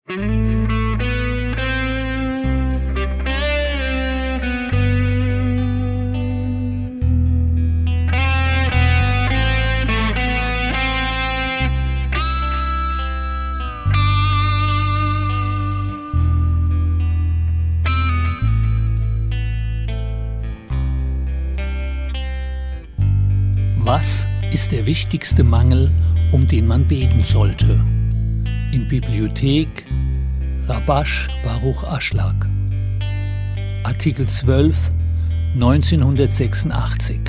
Was ist der wichtigste Mangel, um den man beten sollte? In Bibliothek Rabash Baruch Ashlag. Artikel 12, 1986.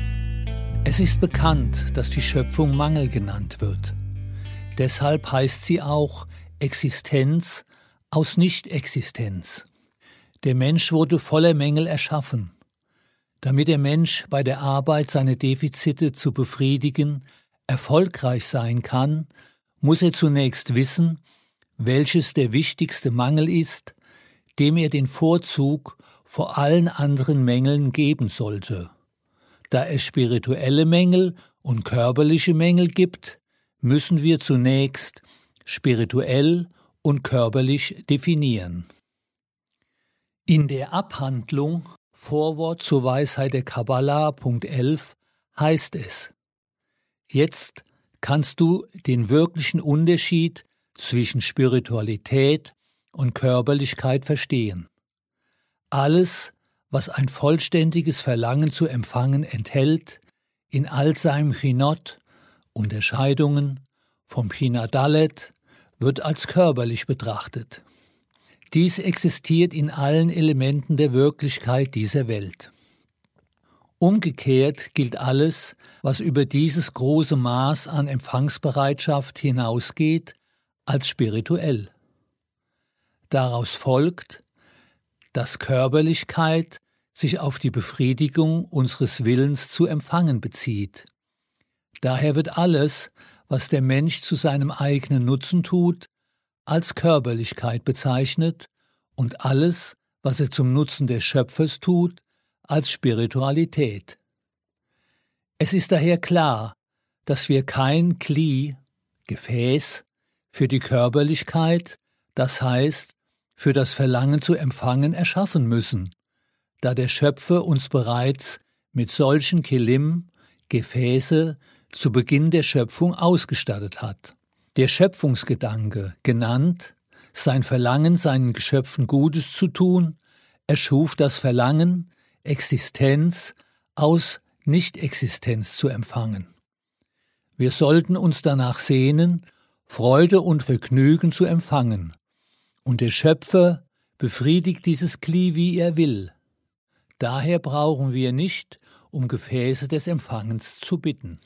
Es ist bekannt, dass die Schöpfung Mangel genannt wird. Deshalb heißt sie auch Existenz aus Nichtexistenz. Der Mensch wurde voller Mängel erschaffen. Damit der Mensch bei der Arbeit seine Defizite zu befriedigen erfolgreich sein kann, muss er zunächst wissen, welches der wichtigste Mangel ist, dem er den Vorzug vor allen anderen Mängeln geben sollte. Da es spirituelle Mängel und körperliche Mängel gibt, müssen wir zunächst spirituell und körperlich definieren. In der Abhandlung Vorwort zur Weisheit der Kabbalah, Punkt 11, heißt es: Jetzt kannst du den wirklichen Unterschied zwischen Spiritualität und Körperlichkeit verstehen. Alles, was ein vollständiges Verlangen zu empfangen enthält, in all seinem Chinot, Unterscheidungen vom China Dalet, wird als körperlich betrachtet. Dies existiert in allen Elementen der Wirklichkeit dieser Welt. Umgekehrt gilt alles, was über dieses große Maß an Empfangsbereitschaft hinausgeht, als spirituell. Daraus folgt, dass Körperlichkeit sich auf die Befriedigung unseres Willens zu empfangen bezieht. Daher wird alles, was der Mensch zu seinem eigenen Nutzen tut, als Körperlichkeit bezeichnet und alles, was er zum Nutzen des Schöpfers tut, als Spiritualität. Es ist daher klar, dass wir kein Kli, Gefäß, für die Körperlichkeit, das heißt, für das Verlangen zu empfangen, erschaffen müssen, da der Schöpfer uns bereits mit solchen Kelim, Gefäße, zu Beginn der Schöpfung ausgestattet hat. Der Schöpfungsgedanke, genannt, sein Verlangen, seinen Geschöpfen Gutes zu tun, erschuf das Verlangen, Existenz aus Nichtexistenz zu empfangen. Wir sollten uns danach sehnen, Freude und Vergnügen zu empfangen, und der Schöpfer befriedigt dieses Kli, wie er will. Daher brauchen wir nicht um Gefäße des Empfangens zu bitten.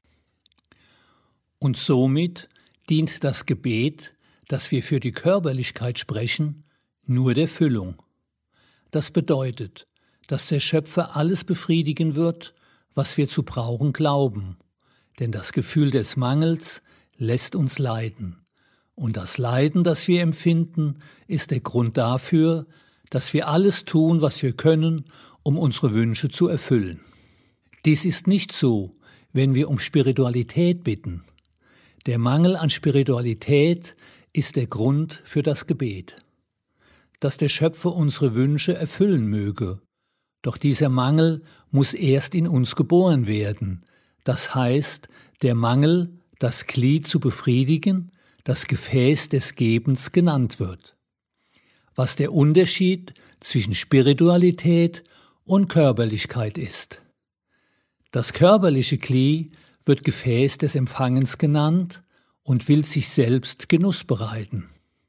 Und somit dient das Gebet, das wir für die Körperlichkeit sprechen, nur der Füllung. Das bedeutet, dass der Schöpfer alles befriedigen wird, was wir zu brauchen glauben, denn das Gefühl des Mangels lässt uns leiden. Und das Leiden, das wir empfinden, ist der Grund dafür, dass wir alles tun, was wir können, um unsere Wünsche zu erfüllen. Dies ist nicht so, wenn wir um Spiritualität bitten. Der Mangel an Spiritualität ist der Grund für das Gebet. Dass der Schöpfer unsere Wünsche erfüllen möge, doch dieser Mangel muss erst in uns geboren werden. Das heißt, der Mangel, das Glied zu befriedigen, das Gefäß des Gebens genannt wird. Was der Unterschied zwischen Spiritualität und Körperlichkeit ist. Das körperliche Glied wird Gefäß des Empfangens genannt und will sich selbst Genuss bereiten.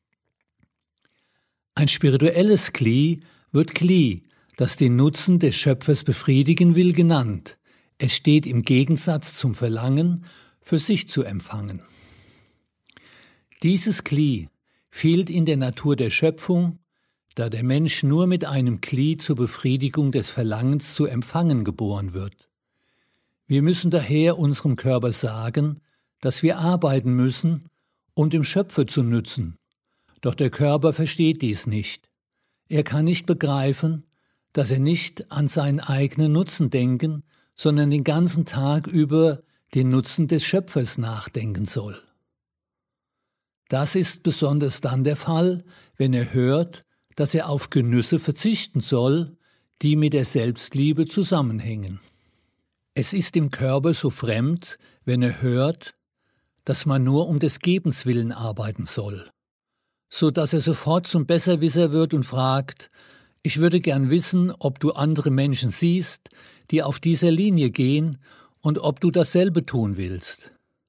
Ein spirituelles Kli wird Kli, das den Nutzen des Schöpfers befriedigen will, genannt. Es steht im Gegensatz zum Verlangen, für sich zu empfangen. Dieses Kli fehlt in der Natur der Schöpfung, da der Mensch nur mit einem Kli zur Befriedigung des Verlangens zu empfangen geboren wird. Wir müssen daher unserem Körper sagen, dass wir arbeiten müssen, um dem Schöpfer zu nützen. Doch der Körper versteht dies nicht. Er kann nicht begreifen, dass er nicht an seinen eigenen Nutzen denken, sondern den ganzen Tag über den Nutzen des Schöpfers nachdenken soll. Das ist besonders dann der Fall, wenn er hört, dass er auf Genüsse verzichten soll, die mit der Selbstliebe zusammenhängen. Es ist dem Körper so fremd, wenn er hört, dass man nur um des Gebens willen arbeiten soll, so dass er sofort zum Besserwisser wird und fragt: Ich würde gern wissen, ob du andere Menschen siehst, die auf dieser Linie gehen, und ob du dasselbe tun willst.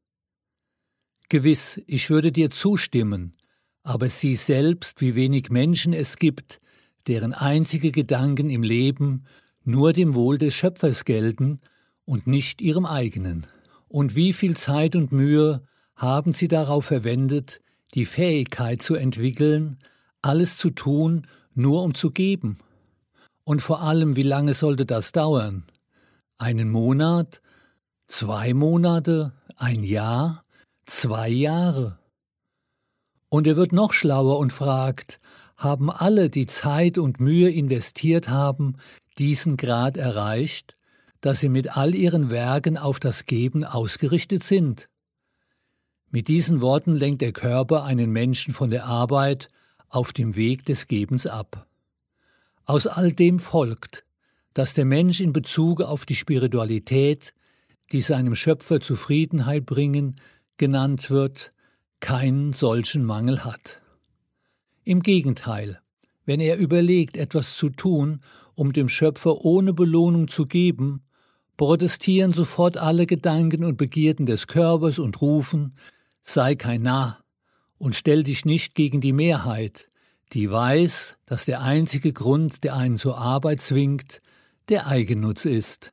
Gewiss, ich würde dir zustimmen, aber sieh selbst, wie wenig Menschen es gibt, deren einzige Gedanken im Leben nur dem Wohl des Schöpfers gelten und nicht ihrem eigenen. Und wie viel Zeit und Mühe haben sie darauf verwendet, die Fähigkeit zu entwickeln, alles zu tun, nur um zu geben? Und vor allem, wie lange sollte das dauern? Einen Monat? 2 Monate? Ein Jahr? 2 Jahre? Und er wird noch schlauer und fragt: Haben alle, die Zeit und Mühe investiert haben, diesen Grad erreicht, dass sie mit all ihren Werken auf das Geben ausgerichtet sind? Mit diesen Worten lenkt der Körper einen Menschen von der Arbeit auf dem Weg des Gebens ab. Aus all dem folgt, dass der Mensch in Bezug auf die Spiritualität, die seinem Schöpfer Zufriedenheit bringen, genannt wird, keinen solchen Mangel hat. Im Gegenteil, wenn er überlegt, etwas zu tun, um dem Schöpfer ohne Belohnung zu geben, protestieren sofort alle Gedanken und Begierden des Körpers und rufen: Sei kein Narr und stell dich nicht gegen die Mehrheit, die weiß, dass der einzige Grund, der einen zur Arbeit zwingt, der Eigennutz ist.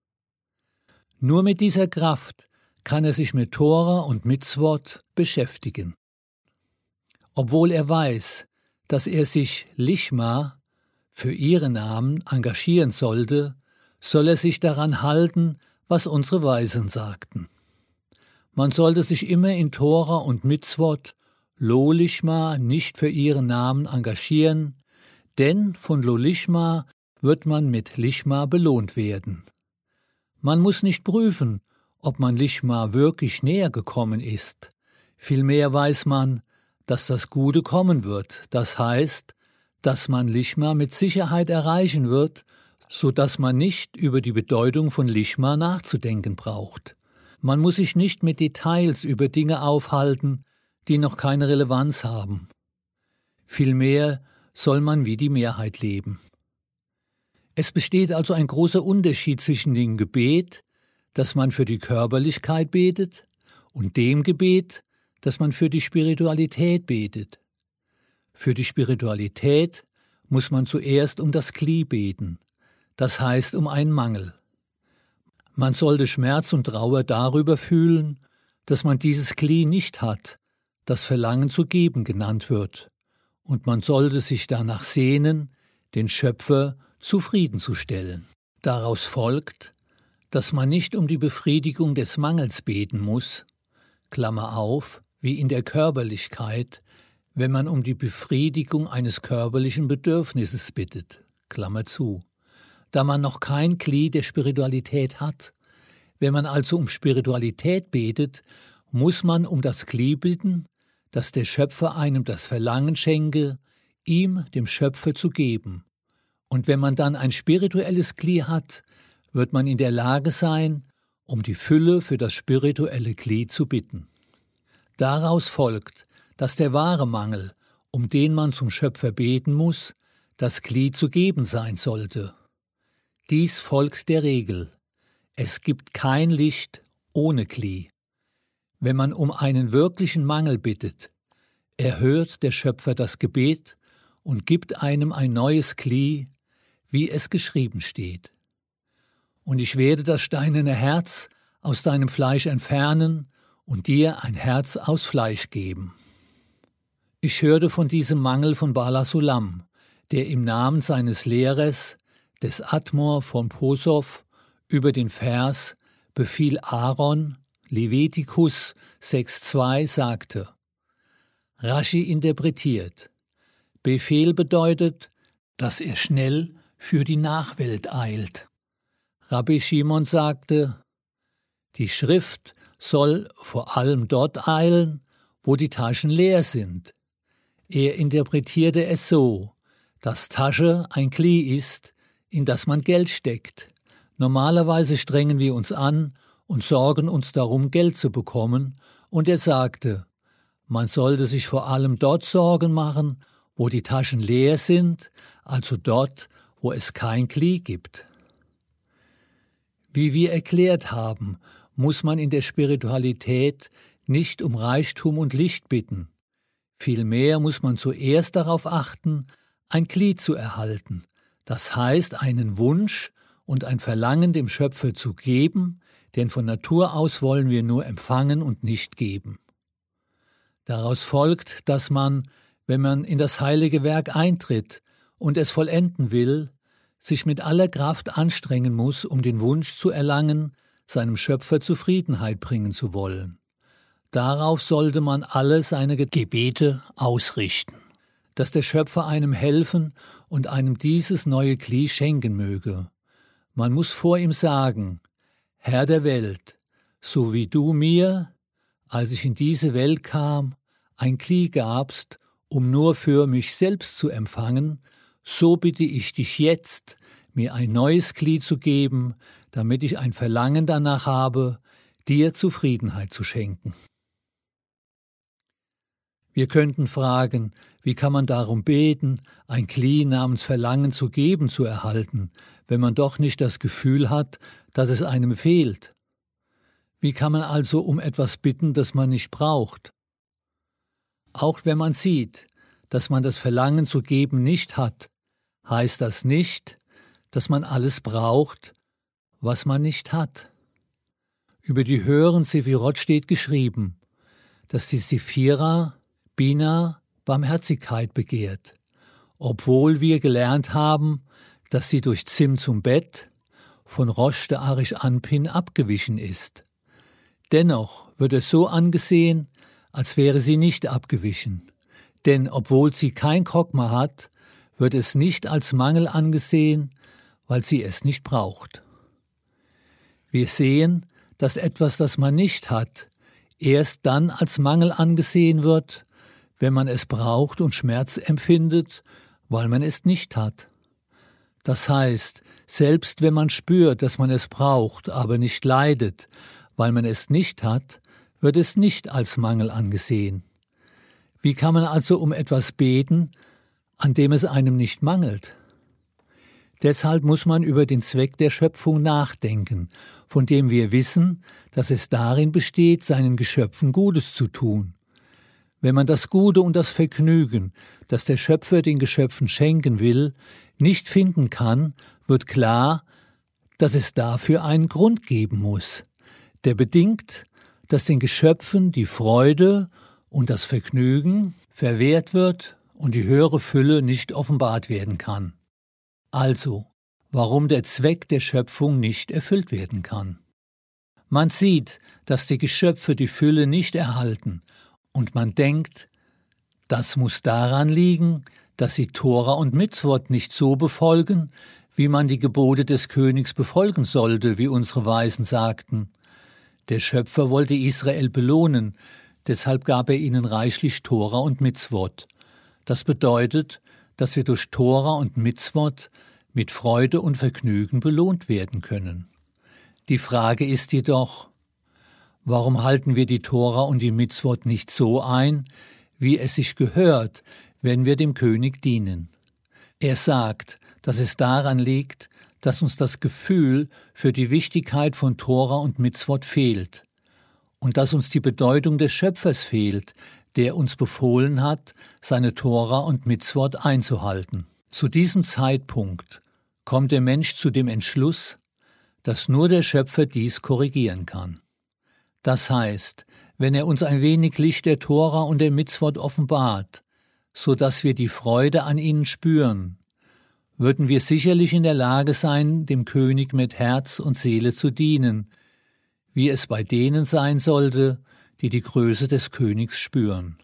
Nur mit dieser Kraft kann er sich mit Tora und Mitzvot beschäftigen. Obwohl er weiß, dass er sich Lishma für ihren Namen engagieren sollte, soll er sich daran halten, was unsere Weisen sagten. Man sollte sich immer in Tora und Mitzvot Lo Lishma nicht für ihren Namen engagieren, denn von Lo Lishma wird man mit Lishma belohnt werden. Man muss nicht prüfen, ob man Lishma wirklich näher gekommen ist. Vielmehr weiß man, dass das Gute kommen wird. Das heißt, dass man Lishma mit Sicherheit erreichen wird, so dass man nicht über die Bedeutung von Lishma nachzudenken braucht. Man muss sich nicht mit Details über Dinge aufhalten, die noch keine Relevanz haben. Vielmehr soll man wie die Mehrheit leben. Es besteht also ein großer Unterschied zwischen dem Gebet, das man für die Körperlichkeit betet, und dem Gebet, das man für die Spiritualität betet. Für die Spiritualität muss man zuerst um das Kli beten, das heißt um einen Mangel. Man sollte Schmerz und Trauer darüber fühlen, dass man dieses Kli nicht hat, das Verlangen zu geben genannt wird, und man sollte sich danach sehnen, den Schöpfer zufriedenzustellen. Daraus folgt, dass man nicht um die Befriedigung des Mangels beten muss, Klammer auf, wie in der Körperlichkeit, wenn man um die Befriedigung eines körperlichen Bedürfnisses bittet, Klammer zu, da man noch kein Glied der Spiritualität hat. Wenn man also um Spiritualität betet, muss man um das Glied bitten, dass der Schöpfer einem das Verlangen schenke, ihm, dem Schöpfer, zu geben. Und wenn man dann ein spirituelles Glied hat, wird man in der Lage sein, um die Fülle für das spirituelle Glied zu bitten. Daraus folgt, dass der wahre Mangel, um den man zum Schöpfer beten muss, das Glied zu geben sein sollte. Dies folgt der Regel: Es gibt kein Licht ohne Glied. Wenn man um einen wirklichen Mangel bittet, erhört der Schöpfer das Gebet und gibt einem ein neues Glied, wie es geschrieben steht. Und ich werde das steinerne Herz aus deinem Fleisch entfernen und dir ein Herz aus Fleisch geben. Ich hörte von diesem Mangel von Bala Sulam, der im Namen seines Lehrers, des Admor von Posow, über den Vers Befiehl Aaron, Levitikus 6,2 sagte. Rashi interpretiert: Befehl bedeutet, dass er schnell für die Nachwelt eilt. Rabbi Shimon sagte, die Schrift soll vor allem dort eilen, wo die Taschen leer sind. Er interpretierte es so, dass Tasche ein Kli ist, in das man Geld steckt. Normalerweise strengen wir uns an und sorgen uns darum, Geld zu bekommen, und er sagte, man sollte sich vor allem dort Sorgen machen, wo die Taschen leer sind, also dort, wo es kein Kli gibt. Wie wir erklärt haben, muss man in der Spiritualität nicht um Reichtum und Licht bitten. Vielmehr muss man zuerst darauf achten, ein Kli zu erhalten, das heißt einen Wunsch und ein Verlangen dem Schöpfer zu geben, denn von Natur aus wollen wir nur empfangen und nicht geben. Daraus folgt, dass man, wenn man in das heilige Werk eintritt und es vollenden will, sich mit aller Kraft anstrengen muss, um den Wunsch zu erlangen, seinem Schöpfer Zufriedenheit bringen zu wollen. Darauf sollte man alle seine Gebete ausrichten, dass der Schöpfer einem helfen und einem dieses neue Kli schenken möge. Man muss vor ihm sagen, Herr der Welt, so wie du mir, als ich in diese Welt kam, ein Kli gabst, um nur für mich selbst zu empfangen, so bitte ich dich jetzt, mir ein neues Kli zu geben, damit ich ein Verlangen danach habe, dir Zufriedenheit zu schenken. Wir könnten fragen, wie kann man darum beten, ein Kli namens Verlangen zu geben zu erhalten, wenn man doch nicht das Gefühl hat, dass es einem fehlt? Wie kann man also um etwas bitten, das man nicht braucht? Auch wenn man sieht, dass man das Verlangen zu geben nicht hat, heißt das nicht, dass man alles braucht, was man nicht hat. Über die höheren Sephirot steht geschrieben, dass die Sephira, Bina, Barmherzigkeit begehrt, obwohl wir gelernt haben, dass sie durch Zim zum Bett von Rosh der Arish Anpin abgewichen ist. Dennoch wird es so angesehen, als wäre sie nicht abgewichen, denn obwohl sie kein Chokma hat, wird es nicht als Mangel angesehen, weil sie es nicht braucht. Wir sehen, dass etwas, das man nicht hat, erst dann als Mangel angesehen wird, wenn man es braucht und Schmerz empfindet, weil man es nicht hat. Das heißt, selbst wenn man spürt, dass man es braucht, aber nicht leidet, weil man es nicht hat, wird es nicht als Mangel angesehen. Wie kann man also um etwas beten, an dem es einem nicht mangelt? Deshalb muss man über den Zweck der Schöpfung nachdenken, von dem wir wissen, dass es darin besteht, seinen Geschöpfen Gutes zu tun. Wenn man das Gute und das Vergnügen, das der Schöpfer den Geschöpfen schenken will, nicht finden kann, wird klar, dass es dafür einen Grund geben muss, der bedingt, dass den Geschöpfen die Freude und das Vergnügen verwehrt wird und die höhere Fülle nicht offenbart werden kann. Also, warum der Zweck der Schöpfung nicht erfüllt werden kann. Man sieht, dass die Geschöpfe die Fülle nicht erhalten, und man denkt, das muss daran liegen, dass sie Tora und Mitzvot nicht so befolgen, wie man die Gebote des Königs befolgen sollte, wie unsere Weisen sagten. Der Schöpfer wollte Israel belohnen, deshalb gab er ihnen reichlich Tora und Mitzvot. Das bedeutet, dass wir durch Tora und Mitzvot mit Freude und Vergnügen belohnt werden können. Die Frage ist jedoch, warum halten wir die Tora und die Mitzvot nicht so ein, wie es sich gehört, wenn wir dem König dienen? Er sagt, dass es daran liegt, dass uns das Gefühl für die Wichtigkeit von Tora und Mitzvot fehlt und dass uns die Bedeutung des Schöpfers fehlt, der uns befohlen hat, seine Tora und Mitzvot einzuhalten. Zu diesem Zeitpunkt kommt der Mensch zu dem Entschluss, dass nur der Schöpfer dies korrigieren kann. Das heißt, wenn er uns ein wenig Licht der Tora und der Mitzvot offenbart, so dass wir die Freude an ihnen spüren, würden wir sicherlich in der Lage sein, dem König mit Herz und Seele zu dienen, wie es bei denen sein sollte, die die Größe des Königs spüren.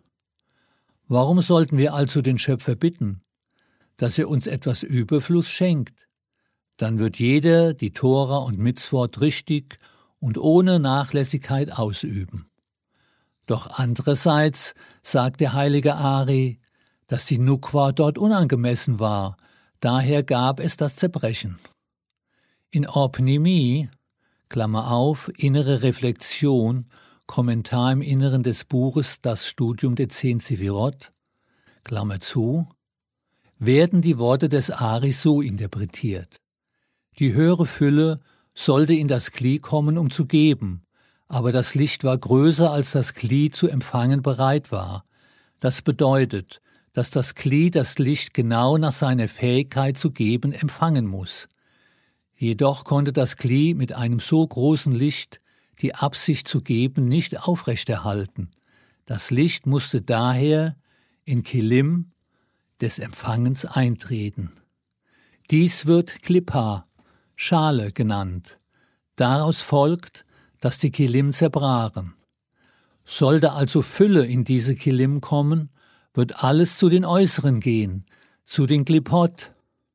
Warum sollten wir also den Schöpfer bitten, dass er uns etwas Überfluss schenkt? Dann wird jeder die Tora und Mitzvot richtig und ohne Nachlässigkeit ausüben. Doch andererseits sagt der heilige Ari, dass die Nukwa dort unangemessen war, daher gab es das Zerbrechen. In Orpnimi, Klammer auf, innere Reflexion, Kommentar im Inneren des Buches Das Studium der 10 Sefirot, Klammer zu, werden die Worte des Ari so interpretiert. Die höhere Fülle sollte in das Kli kommen, um zu geben, aber das Licht war größer, als das Kli zu empfangen bereit war. Das bedeutet, dass das Kli das Licht genau nach seiner Fähigkeit zu geben empfangen muss. Jedoch konnte das Kli mit einem so großen Licht die Absicht zu geben nicht aufrechterhalten. Das Licht musste daher in Kelim des Empfangens eintreten. Dies wird Klippa, Schale genannt. Daraus folgt, dass die Kelim zerbrachen. Sollte also Fülle in diese Kelim kommen, wird alles zu den Äußeren gehen, zu den Klippot.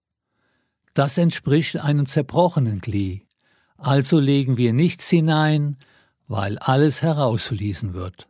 Das entspricht einem zerbrochenen Kli. Also legen wir nichts hinein, weil alles herausfließen wird.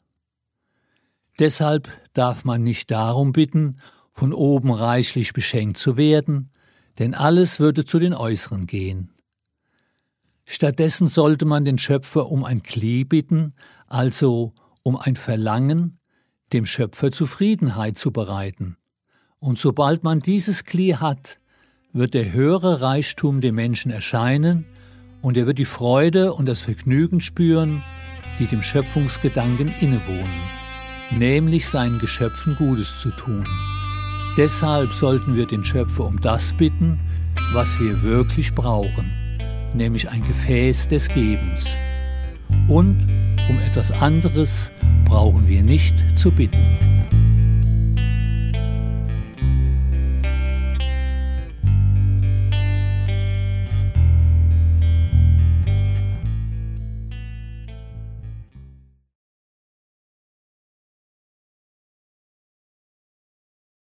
Deshalb darf man nicht darum bitten, von oben reichlich beschenkt zu werden, denn alles würde zu den Äußeren gehen. Stattdessen sollte man den Schöpfer um ein Kli bitten, also um ein Verlangen, dem Schöpfer Zufriedenheit zu bereiten. Und sobald man dieses Kli hat, wird der höhere Reichtum dem Menschen erscheinen und er wird die Freude und das Vergnügen spüren, die dem Schöpfungsgedanken innewohnen, nämlich seinen Geschöpfen Gutes zu tun. Deshalb sollten wir den Schöpfer um das bitten, was wir wirklich brauchen, nämlich ein Gefäß des Gebens. Und um etwas anderes brauchen wir nicht zu bitten.